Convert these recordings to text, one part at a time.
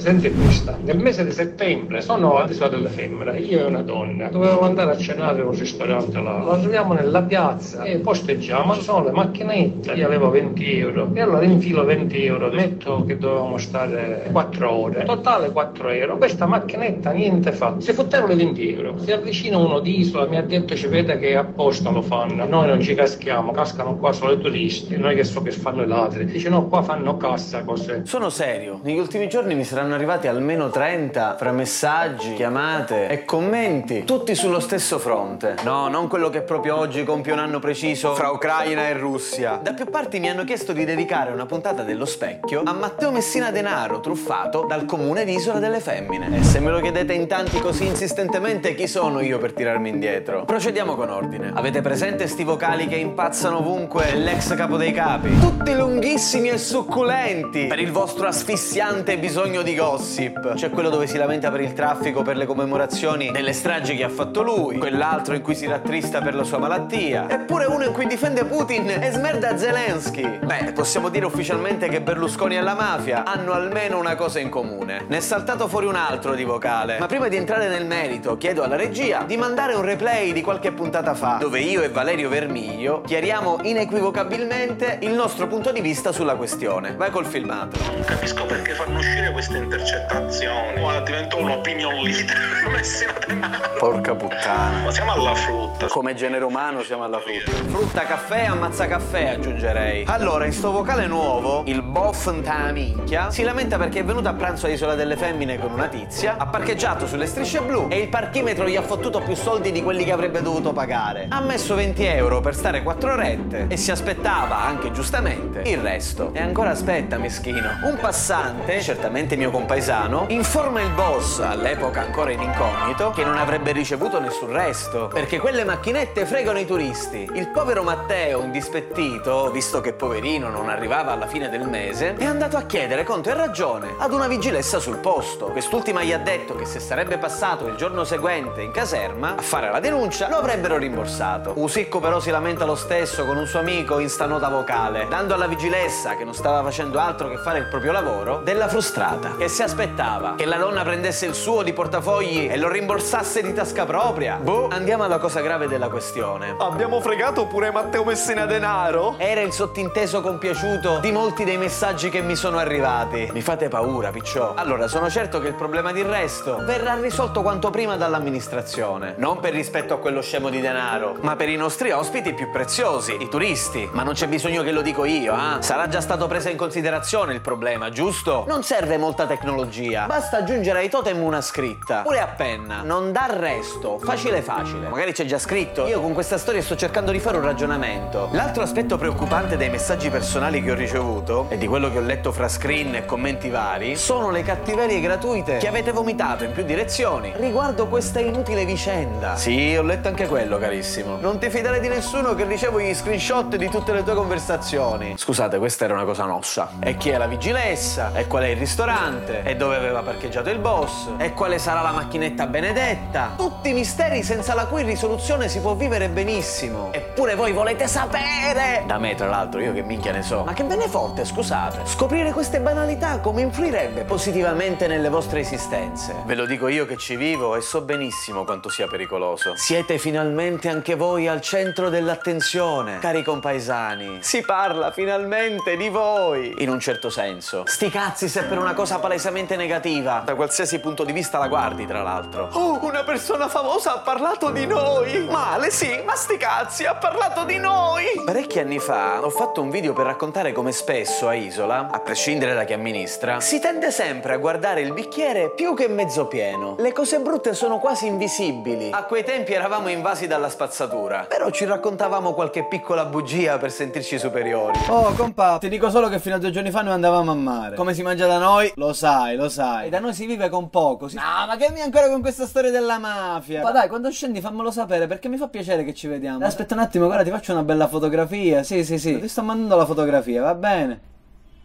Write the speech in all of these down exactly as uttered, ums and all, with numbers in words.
Senti questa, nel mese di settembre sono all'isola delle Femmine, io e una donna, dovevo andare a cenare in un ristorante là, lo troviamo nella piazza e posteggiamo, ci sono le macchinette, io avevo venti euro e allora infilo venti euro, metto che dovevamo stare quattro ore, totale quattro euro, questa macchinetta niente fa, si fottero le venti euro, si avvicina uno di Isola, mi ha detto ci vede che apposta lo fanno, noi non ci caschiamo, cascano qua solo i turisti, noi che so che fanno i ladri, dice no qua fanno cassa cose. Sono serio, negli ultimi giorni mi saranno arrivati almeno trenta fra messaggi, chiamate e commenti, tutti sullo stesso fronte. No, non quello che proprio oggi compie un anno preciso fra Ucraina e Russia. Da più parti mi hanno chiesto di dedicare una puntata dello Specchio a Matteo Messina Denaro, truffato dal comune di Isola delle Femmine. E se me lo chiedete in tanti così insistentemente, chi sono io per tirarmi indietro? Procediamo con ordine. Avete presente sti vocali che impazzano ovunque e l'ex capo dei capi? Tutti lunghissimi e succulenti per il vostro asfissiante bisogno di gossip. C'è quello dove si lamenta per il traffico per le commemorazioni delle stragi che ha fatto lui, quell'altro in cui si rattrista per la sua malattia, eppure uno in cui difende Putin e smerda Zelensky. Beh, possiamo dire ufficialmente che Berlusconi e la mafia hanno almeno una cosa in comune. Ne è saltato fuori un altro di vocale. Ma prima di entrare nel merito, chiedo alla regia di mandare un replay di qualche puntata fa, dove io e Valerio Vermiglio chiariamo inequivocabilmente il nostro punto di vista sulla questione. Vai col filmato. Non capisco perché fanno uscire queste intercettazioni. Guarda, divento un opinion leader. Messina Denaro. Porca puttana. Ma siamo alla frutta. Come genere umano siamo alla frutta. Frutta, caffè, ammazza caffè, aggiungerei. Allora, in sto vocale nuovo, il boff ta minchia si lamenta perché è venuto a pranzo a Isola delle Femmine con una tizia, ha parcheggiato sulle strisce blu e il parchimetro gli ha fottuto più soldi di quelli che avrebbe dovuto pagare. Ha messo venti euro per stare quattro orette e si aspettava, anche giustamente, il resto. E ancora aspetta, meschino. Un passante, certamente mio compaesano, informa il boss, all'epoca ancora in incognito, che non avrebbe ricevuto nessun resto, perché quelle macchinette fregano i turisti. Il povero Matteo, indispettito, visto che poverino non arrivava alla fine del mese, è andato a chiedere conto e ragione ad una vigilessa sul posto. Quest'ultima gli ha detto che se sarebbe passato il giorno seguente in caserma a fare la denuncia, lo avrebbero rimborsato. Usicco però si lamenta lo stesso con un suo amico in sta nota vocale, dando alla vigilessa, che non stava facendo altro che fare il proprio lavoro, della frustrata, che si aspettava che la donna prendesse il suo di portafogli e lo rimborsasse di tasca propria. Boh, andiamo alla cosa grave della questione. Abbiamo fregato pure Matteo Messina Denaro? Era il sottinteso compiaciuto di molti dei messaggi che mi sono arrivati. Mi fate paura, picciò. Allora, sono certo che il problema di resto verrà risolto quanto prima dall'amministrazione. Non per rispetto a quello scemo di Denaro, ma per i nostri ospiti più preziosi, i turisti. Ma non c'è bisogno che lo dico io, eh? Sarà già stato preso in considerazione il problema, giusto? Non serve molta tecnologia, basta aggiungere ai totem una scritta, pure a penna. Non dà resto, facile facile. Magari c'è già scritto. Io con questa storia sto cercando di fare un ragionamento. L'altro aspetto preoccupante dei messaggi personali che ho ricevuto e di quello che ho letto fra screen e commenti vari sono le cattiverie gratuite che avete vomitato in più direzioni riguardo questa inutile vicenda. Sì, ho letto anche quello, carissimo. Non ti fidare di nessuno che ricevo gli screenshot di tutte le tue conversazioni. Scusate, questa era una cosa nostra. E chi è la vigilessa? E qual è il ristorante? E dove aveva parcheggiato il boss? E quale sarà la macchinetta benedetta? Tutti misteri senza la cui risoluzione si può vivere benissimo. Eppure voi volete sapere! Da me, tra l'altro, io che minchia ne so. Ma che ve ne fotte, scusate? Scoprire queste banalità come influirebbe positivamente nelle vostre esistenze? Ve lo dico io che ci vivo e so benissimo quanto sia pericoloso. Siete finalmente anche voi al centro dell'attenzione, cari compaesani. Si parla finalmente di voi, in un certo senso. Sti cazzi se per una cosa palesemente negativa, da qualsiasi punto di vista la guardi, tra l'altro. Oh, una persona famosa ha parlato di noi! Male, sì, ma sti cazzi, ha parlato di noi! Parecchi anni fa ho fatto un video per raccontare come spesso a Isola, a prescindere da chi amministra, si tende sempre a guardare il bicchiere più che mezzo pieno. Le cose brutte sono quasi invisibili. A quei tempi eravamo invasi dalla spazzatura, però ci raccontavamo qualche piccola bugia per sentirci superiori. Oh, compa, ti dico solo che fino a due giorni fa noi andavamo a mare. Come si mangia da noi? Lo sai, lo sai. E da noi si vive con poco. Si... No, ma che mi ancora con questa storia della mafia? Ma dai, quando scendi fammelo sapere, perché mi fa piacere che ci vediamo. Aspetta un attimo, guarda, ti faccio una bella fotografia. Sì, sì, sì. Ti sto mandando la fotografia, va bene?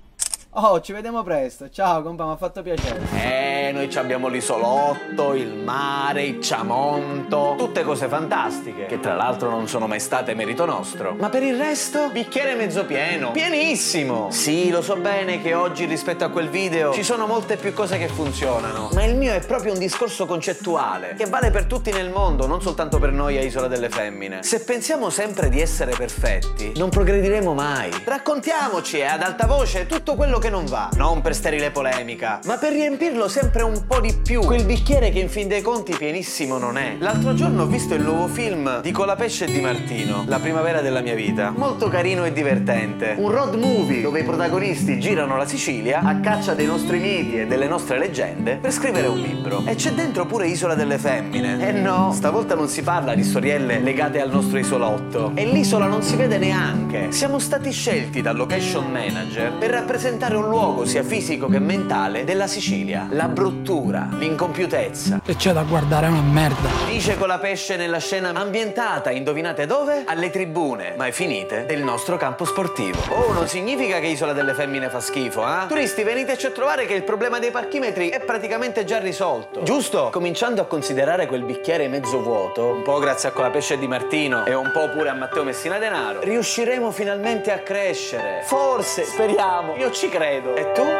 Oh, ci vediamo presto. Ciao, compa, mi ha fatto piacere. Eh, noi ci abbiamo l'isolotto, il mare, il Ciamonto, tutte cose fantastiche, che tra l'altro non sono mai state merito nostro. Ma per il resto, bicchiere mezzo pieno, pienissimo. Sì, lo so bene che oggi rispetto a quel video ci sono molte più cose che funzionano, ma il mio è proprio un discorso concettuale, che vale per tutti nel mondo, non soltanto per noi a Isola delle Femmine. Se pensiamo sempre di essere perfetti, non progrediremo mai. Raccontiamoci e ad alta voce tutto quello che non va, non per sterile polemica, ma per riempirlo sempre un po' di più, quel bicchiere che in fin dei conti pienissimo non è. L'altro giorno ho visto il nuovo film di Colapesce e Di Martino, La primavera della mia vita, molto carino e divertente, un road movie dove i protagonisti girano la Sicilia a caccia dei nostri miti e delle nostre leggende per scrivere un libro. E c'è dentro pure Isola delle Femmine. E no, stavolta non si parla di storielle legate al nostro isolotto, e l'isola non si vede neanche. Siamo stati scelti dal location manager per rappresentare un luogo sia fisico che mentale della Sicilia. La bruttura, l'incompiutezza. E c'è da guardare, è una merda. Dice Colapesce nella scena ambientata, indovinate dove? Alle tribune, mai finite, del nostro campo sportivo. Oh, non significa che Isola delle Femmine fa schifo, eh? Turisti, veniteci a trovare che il problema dei parchimetri è praticamente già risolto. Giusto? Cominciando a considerare quel bicchiere mezzo vuoto, un po' grazie a Colapesce e Di Martino e un po' pure a Matteo Messina Denaro, riusciremo finalmente a crescere. Forse, speriamo, io ci credo. E tu?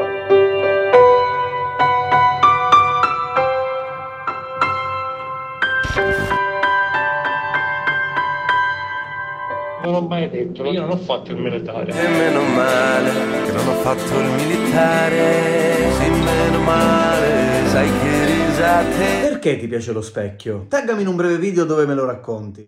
Non ho mai detto, io non ho fatto il militare. E meno male che non ho fatto il militare. Sì, meno male, sai che risate. Perché ti piace lo specchio? Taggami in un breve video dove me lo racconti.